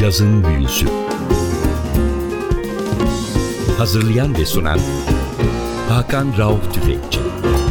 Cazın Büyüsü. Hazırlayan ve sunan Hakan Rauf Tüfekçi.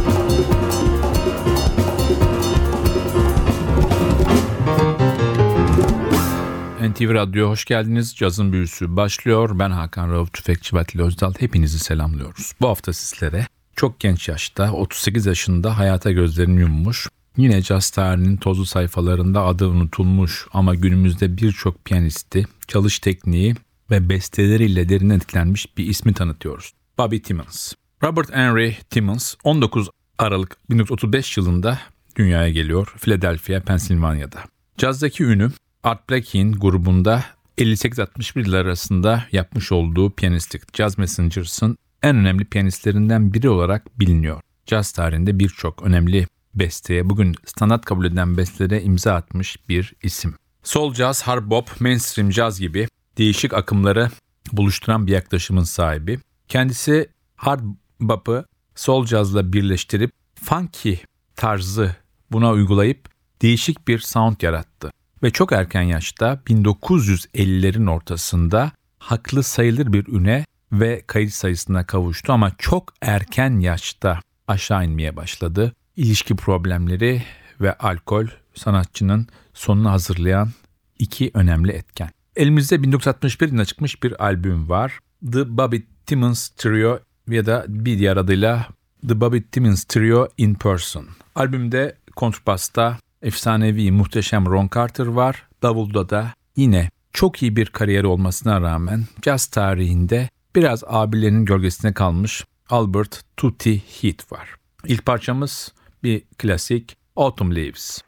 NTV Radyo'ya hoş geldiniz. Cazın Büyüsü başlıyor. Ben Hakan Rauf Tüfekçi ve Atilla Özdal. Hepinizi selamlıyoruz. Bu hafta sizlere çok genç yaşta, 38 yaşında hayata gözlerini yummuş, yine caz tarihinin tozlu sayfalarında adı unutulmuş ama günümüzde birçok piyanisti, çalış tekniği ve besteleriyle derinden etkilenmiş bir ismi tanıtıyoruz. Bobby Timmons. Robert Henry Timmons 19 Aralık 1935 yılında dünyaya geliyor Philadelphia, Pensilvanya'da. Cazdaki ünü Art Blakey'in grubunda 58-61 yıllar arasında yapmış olduğu piyanistlik. Jazz Messengers'ın en önemli piyanistlerinden biri olarak biliniyor. Caz tarihinde birçok önemli besteye, bugün standart kabul edilen bestelere imza atmış bir isim. Soul jazz, hard bop, mainstream jazz gibi değişik akımları buluşturan bir yaklaşımın sahibi. Kendisi hard bop'ı soul jazz'la birleştirip funky tarzı buna uygulayıp değişik bir sound yarattı. Ve çok erken yaşta 1950'lerin ortasında haklı sayılır bir üne ve kayıt sayısına kavuştu ama çok erken yaşta aşağı inmeye başladı. İlişki problemleri ve alkol sanatçının sonunu hazırlayan iki önemli etken. Elimizde 1961 yılında çıkmış bir albüm var. The Bobby Timmons Trio ya da bir diğer adıyla The Bobby Timmons Trio in Person. Albümde kontrbasta efsanevi, muhteşem Ron Carter var. Davulda da yine çok iyi bir kariyeri olmasına rağmen caz tarihinde biraz abilerinin gölgesine kalmış Albert Tutti Heath var. İlk parçamız bir klasik, Autumn Leaves.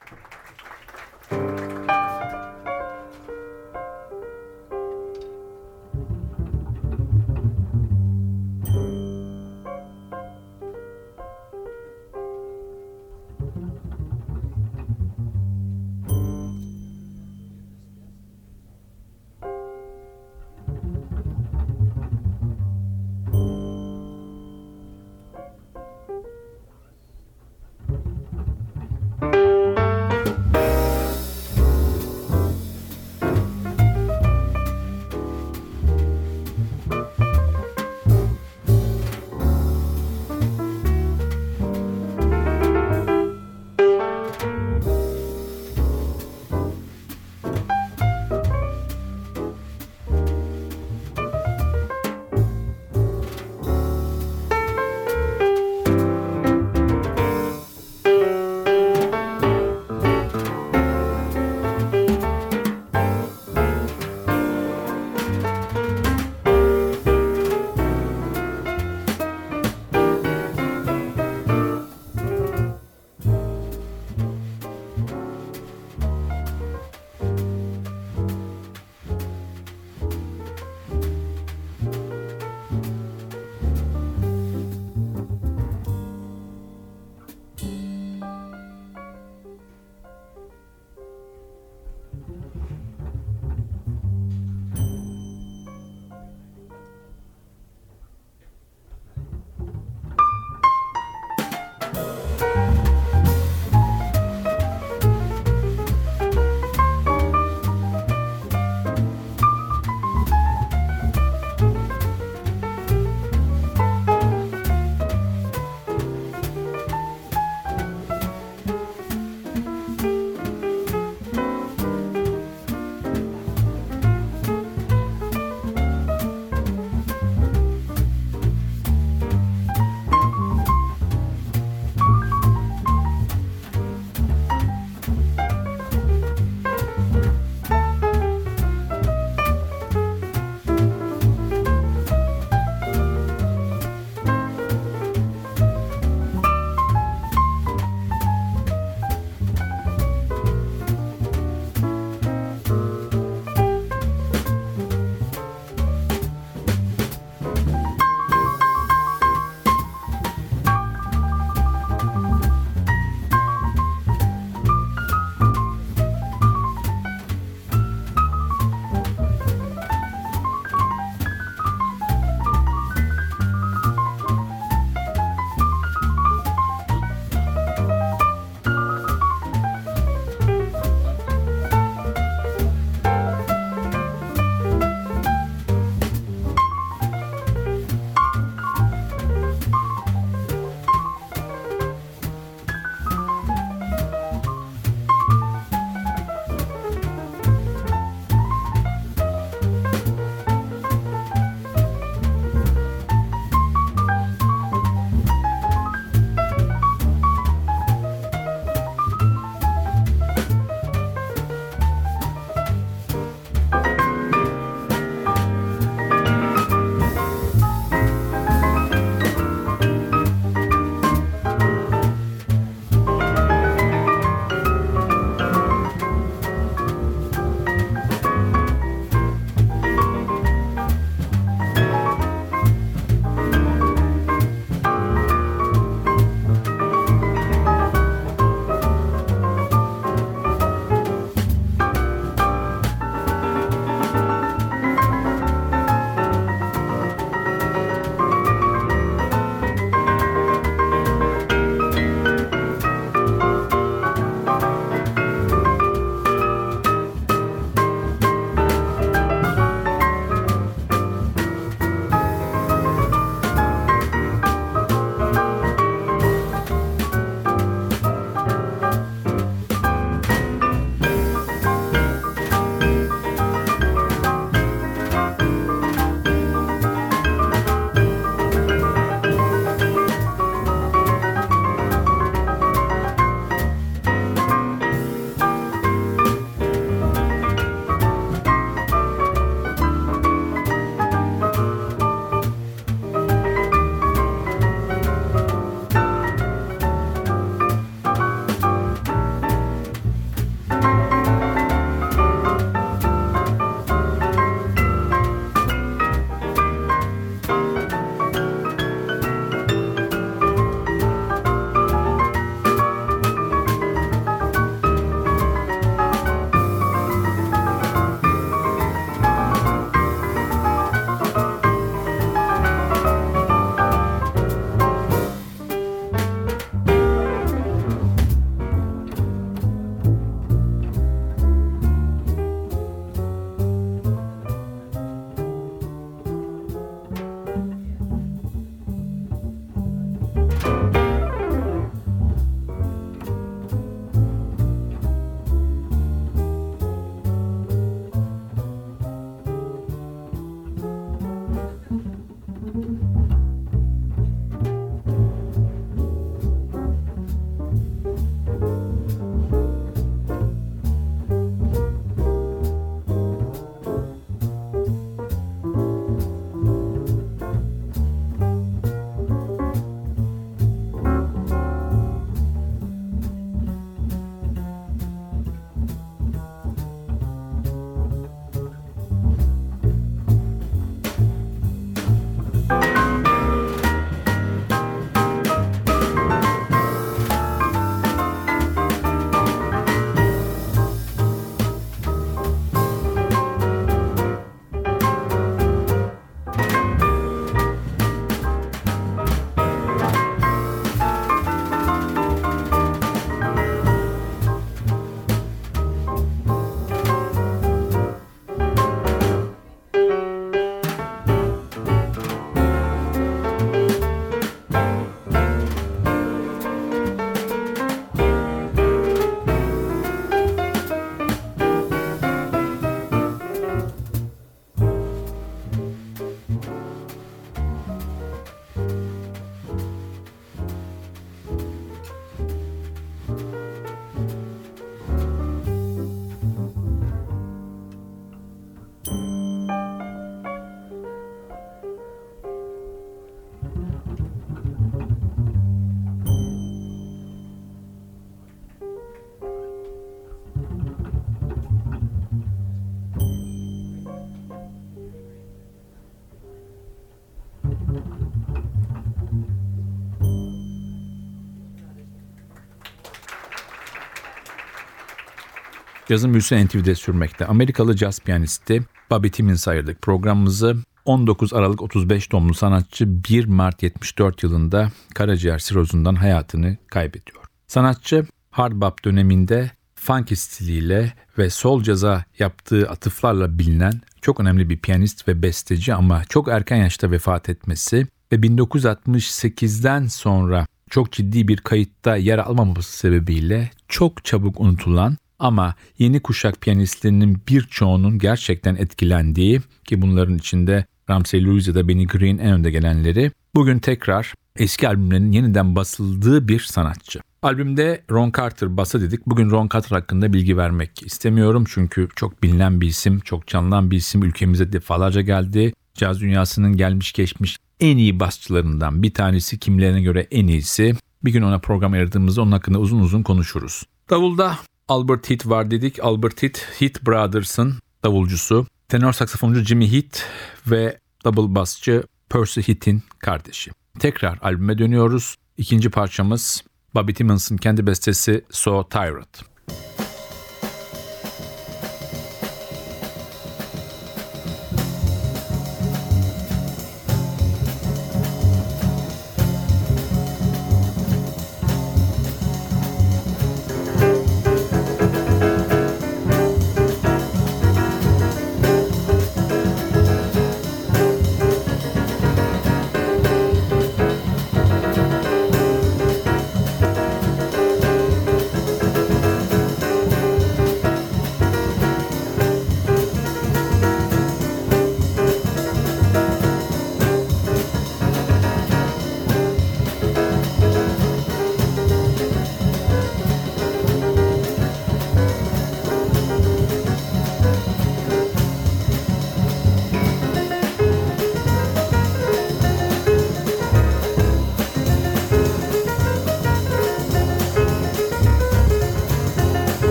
Cazın büyüsü NTV'de sürmekte. Amerikalı caz piyanisti Bobby Timmons'a ayırdık programımızı. 19 Aralık 35 doğumlu sanatçı 1 Mart 74 yılında karaciğer sirozundan hayatını kaybediyor. Sanatçı hard bop döneminde funky stiliyle ve soul caza yaptığı atıflarla bilinen çok önemli bir piyanist ve besteci ama çok erken yaşta vefat etmesi ve 1968'den sonra çok ciddi bir kayıtta yer almaması sebebiyle çok çabuk unutulan ama yeni kuşak piyanistlerinin birçoğunun gerçekten etkilendiği, ki bunların içinde Ramsey Lewis ya da Benny Green en önde gelenleri, bugün tekrar eski albümlerinin yeniden basıldığı bir sanatçı. Albümde Ron Carter basa dedik. Bugün Ron Carter hakkında bilgi vermek istemiyorum çünkü çok bilinen bir isim, çok canlanan bir isim, ülkemize defalarca geldi. Caz dünyasının gelmiş geçmiş en iyi basçılarından bir tanesi, kimilerine göre en iyisi. Bir gün ona program ayırdığımızda onun hakkında uzun uzun konuşuruz. Davulda Albert Heath var dedik. Albert Heath, Heath Brothers'ın davulcusu. Tenor saksafoncu Jimmy Heath ve double bassçı Percy Heath'in kardeşi. Tekrar albüme dönüyoruz. İkinci parçamız Bobby Timmons'ın kendi bestesi So Tired.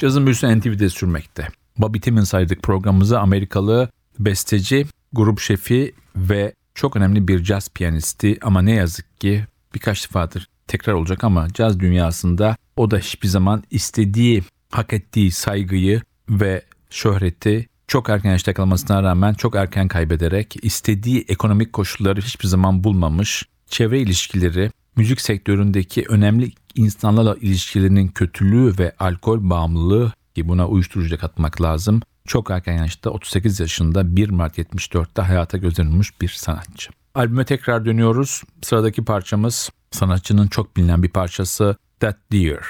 Cazın büyüsü NTV'de sürmekte. Bobby Timmons ayırdık programımıza. Amerikalı besteci, grup şefi ve çok önemli bir caz piyanisti ama ne yazık ki birkaç defadır tekrar olacak ama caz dünyasında o da hiçbir zaman istediği, hak ettiği saygıyı ve şöhreti çok erken yaşta kalmasına rağmen çok erken kaybederek istediği ekonomik koşulları hiçbir zaman bulmamış, çevre ilişkileri, müzik sektöründeki önemli insanlarla ilişkilerinin kötülüğü ve alkol bağımlılığı ki buna uyuşturucu katmak lazım. Çok erken yaşta 38 yaşında 1 Mart 74'te hayata gözlenilmiş bir sanatçı. Albüme tekrar dönüyoruz. Sıradaki parçamız sanatçının çok bilinen bir parçası That Deer.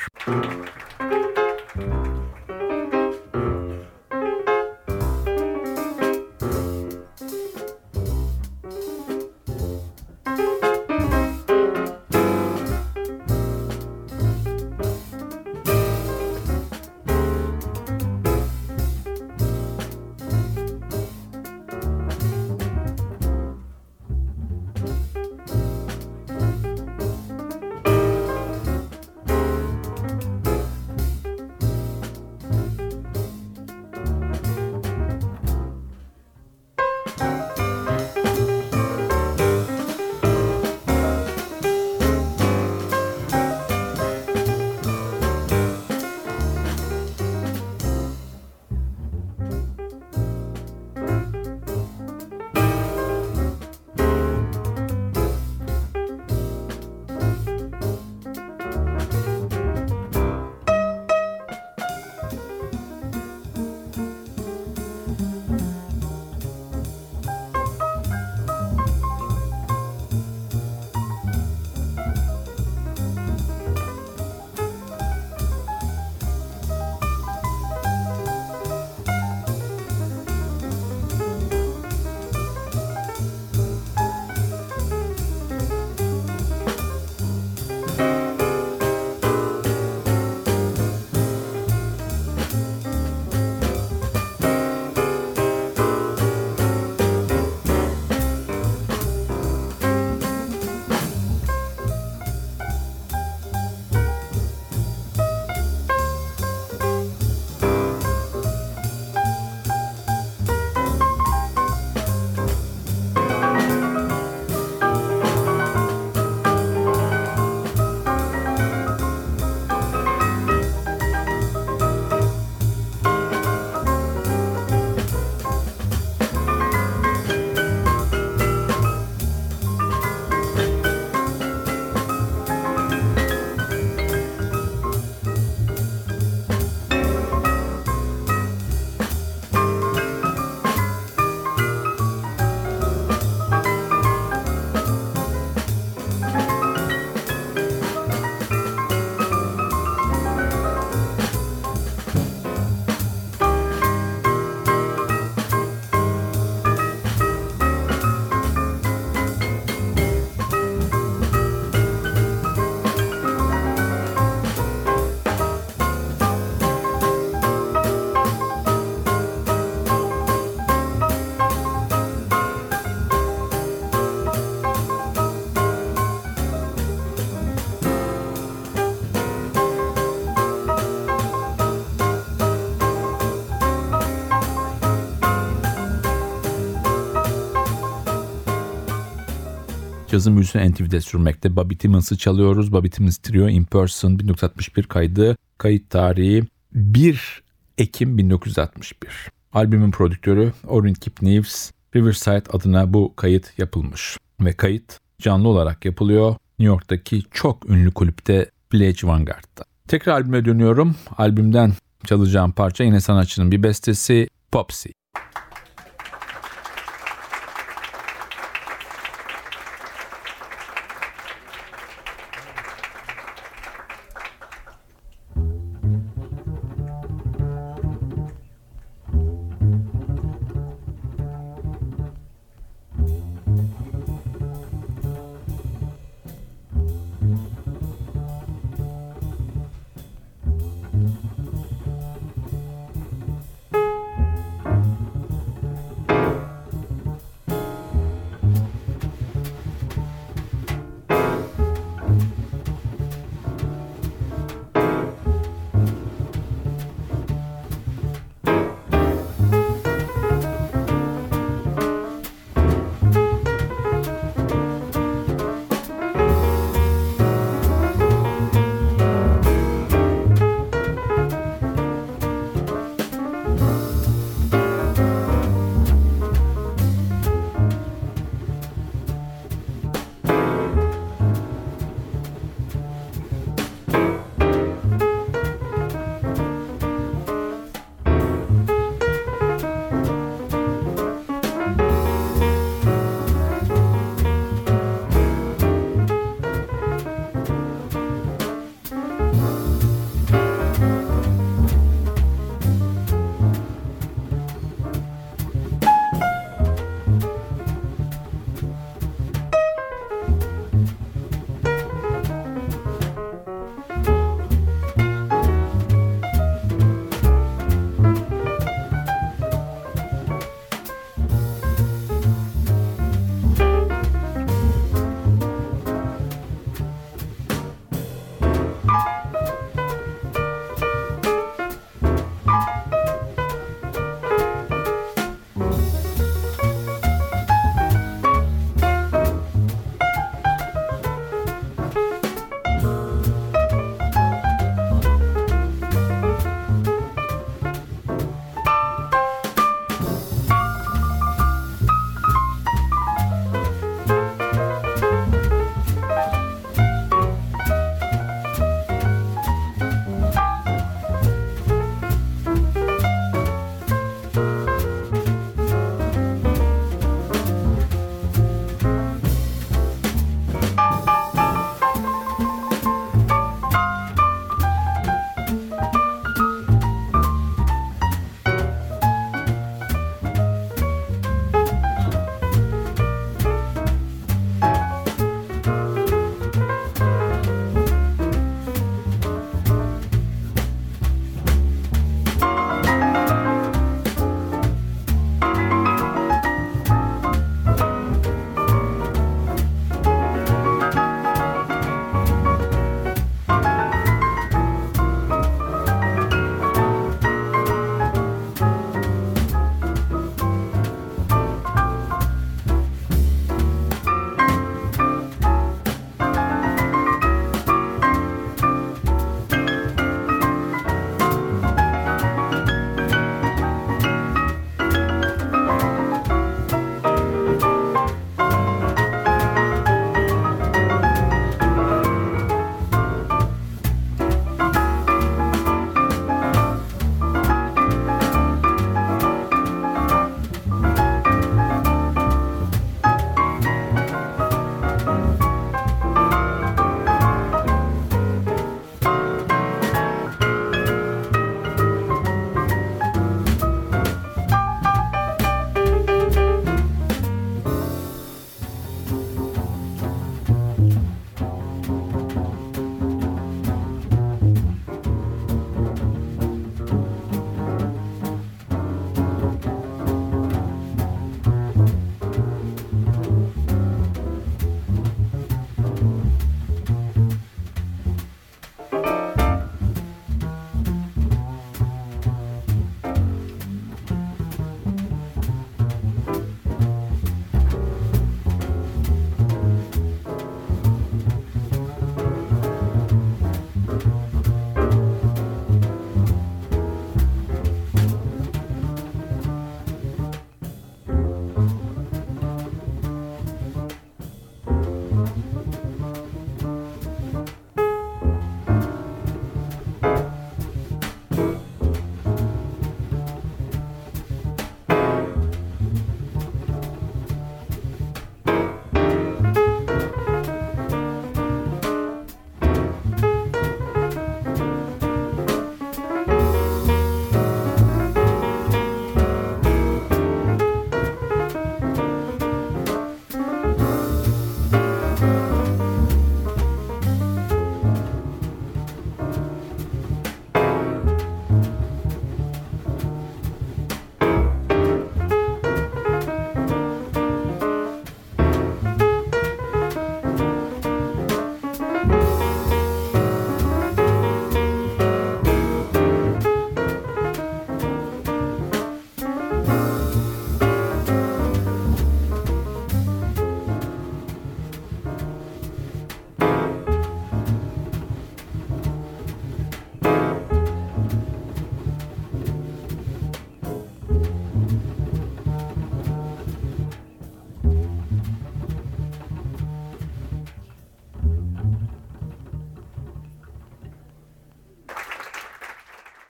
Cazın büyüsü NTV'de sürmekte. Bobby Timmons'ı çalıyoruz. Bobby Timmons Trio In Person 1961 kaydı. Kayıt tarihi 1 Ekim 1961. Albümün prodüktörü Orrin Kipnis. Riverside adına bu kayıt yapılmış. Ve kayıt canlı olarak yapılıyor. New York'taki çok ünlü kulüpte Village Vanguard'da. Tekrar albüme dönüyorum. Albümden çalacağım parça yine sanatçının bir bestesi Popsy.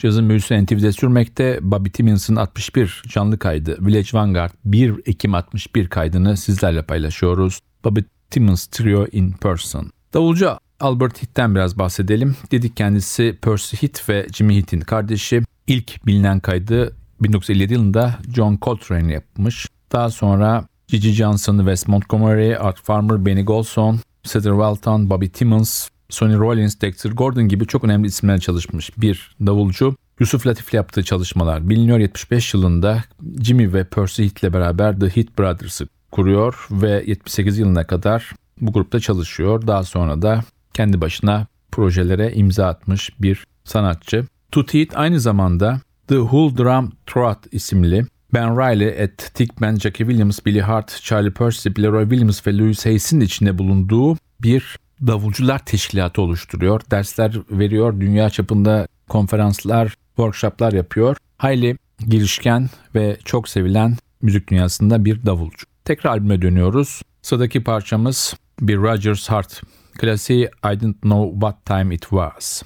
Cazın büyüsü NTV'de sürmekte. Bobby Timmons'ın 61 canlı kaydı Village Vanguard 1 Ekim 61 kaydını sizlerle paylaşıyoruz. Bobby Timmons Trio in Person. Davulcu Albert Heath'ten biraz bahsedelim. Dedik kendisi Percy Heath ve Jimmy Heath'in kardeşi. İlk bilinen kaydı 1957 yılında John Coltrane yapmış. Daha sonra Gigi Johnson, Wes Montgomery, Art Farmer, Benny Golson, Cedar Walton, Bobby Timmons, Sonny Rollins, Dexter Gordon gibi çok önemli isimlerle çalışmış bir davulcu. Yusuf Latif'le yaptığı çalışmalar biliniyor. 75 yılında Jimmy ve Percy Heath'le beraber The Heath Brothers'ı kuruyor ve 78 yılına kadar bu grupta çalışıyor. Daha sonra da kendi başına projelere imza atmış bir sanatçı. Tootie Heath aynı zamanda The Whole Drum Trot isimli Ben Riley, Ed Tickman, Jackie Williams, Billy Hart, Charlie Percy, Leroy Williams ve Louis Hayes'in içinde bulunduğu bir davulcular teşkilatı oluşturuyor. Dersler veriyor, dünya çapında konferanslar, workshoplar yapıyor. Hayli girişken ve çok sevilen müzik dünyasında bir davulcu. Tekrar albüme dönüyoruz. Sıradaki parçamız bir Rogers Hart klasiği I Didn't Know What Time It Was.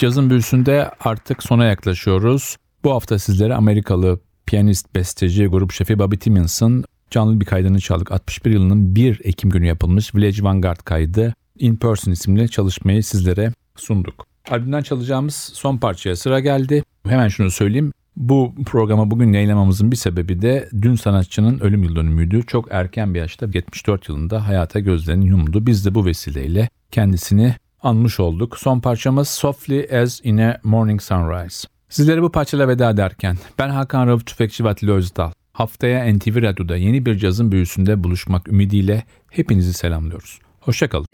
Cazın büyüsünde artık sona yaklaşıyoruz. Bu hafta sizlere Amerikalı piyanist, besteci, grup şefi Bobby Timmons'ın canlı bir kaydını çaldık. 61 yılının 1 Ekim günü yapılmış Village Vanguard kaydı In Person isimli çalışmayı sizlere sunduk. Albümden çalacağımız son parçaya sıra geldi. Hemen şunu söyleyeyim. Bu programı bugün yayınlamamızın bir sebebi de dün sanatçının ölüm yıl dönümüydü. Çok erken bir yaşta 74 yılında hayata gözlerini yumdu. Biz de bu vesileyle kendisini anmış olduk. Son parçamız Softly as in a Morning Sunrise. Sizlere bu parçayla veda ederken ben Hakan Rauf Tüfekçi ve Atilla Özdal. Haftaya NTV Radyo'da yeni bir cazın büyüsünde buluşmak ümidiyle hepinizi selamlıyoruz. Hoşçakalın.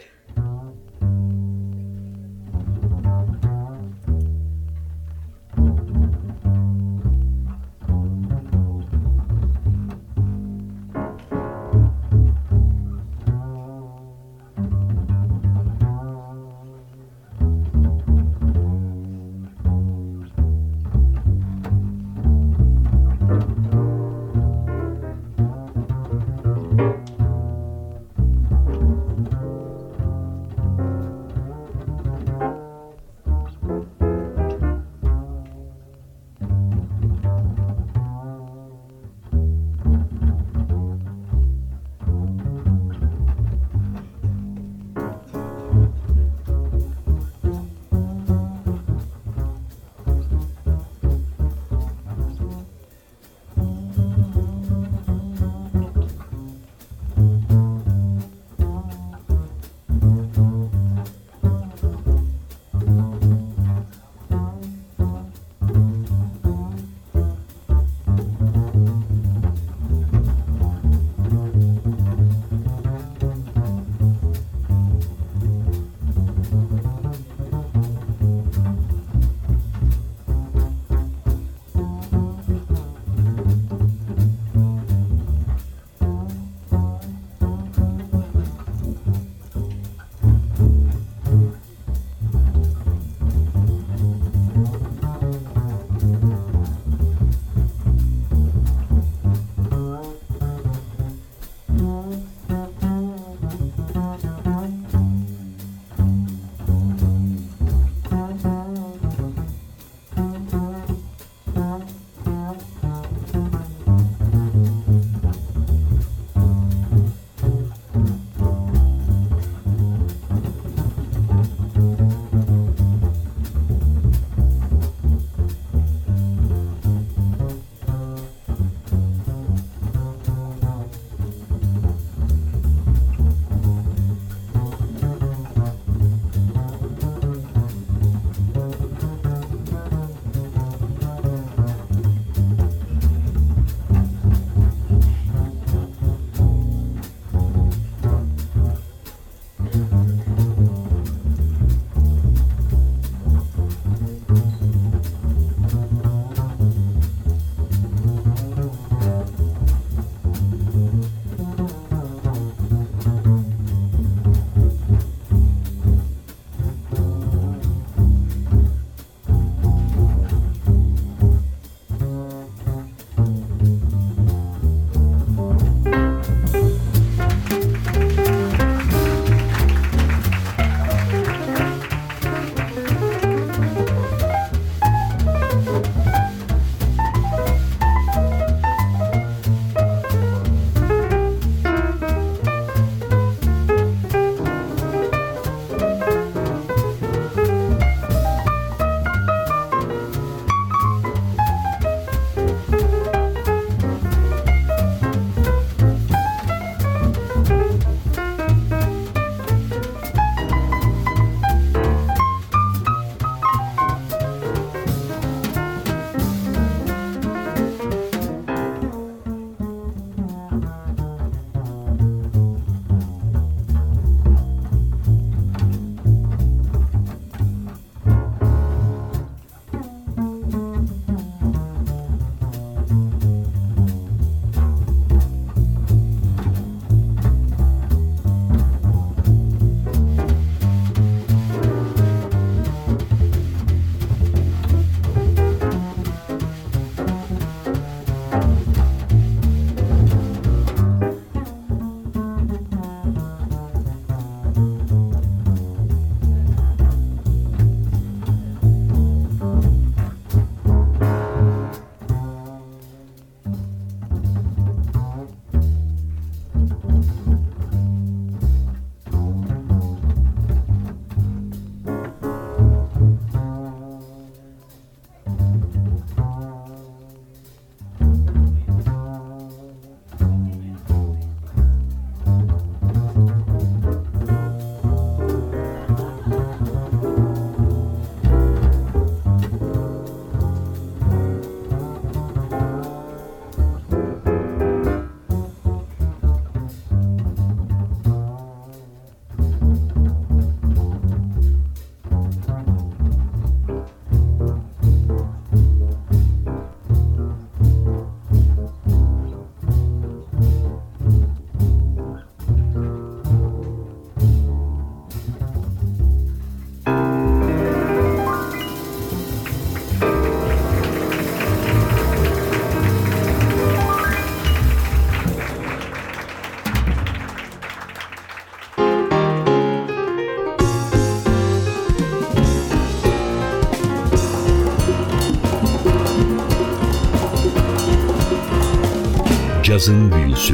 Cazın Büyüsü.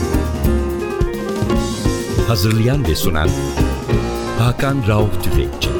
Hazırlayan ve sunan Hakan Rauf Tüfekçi.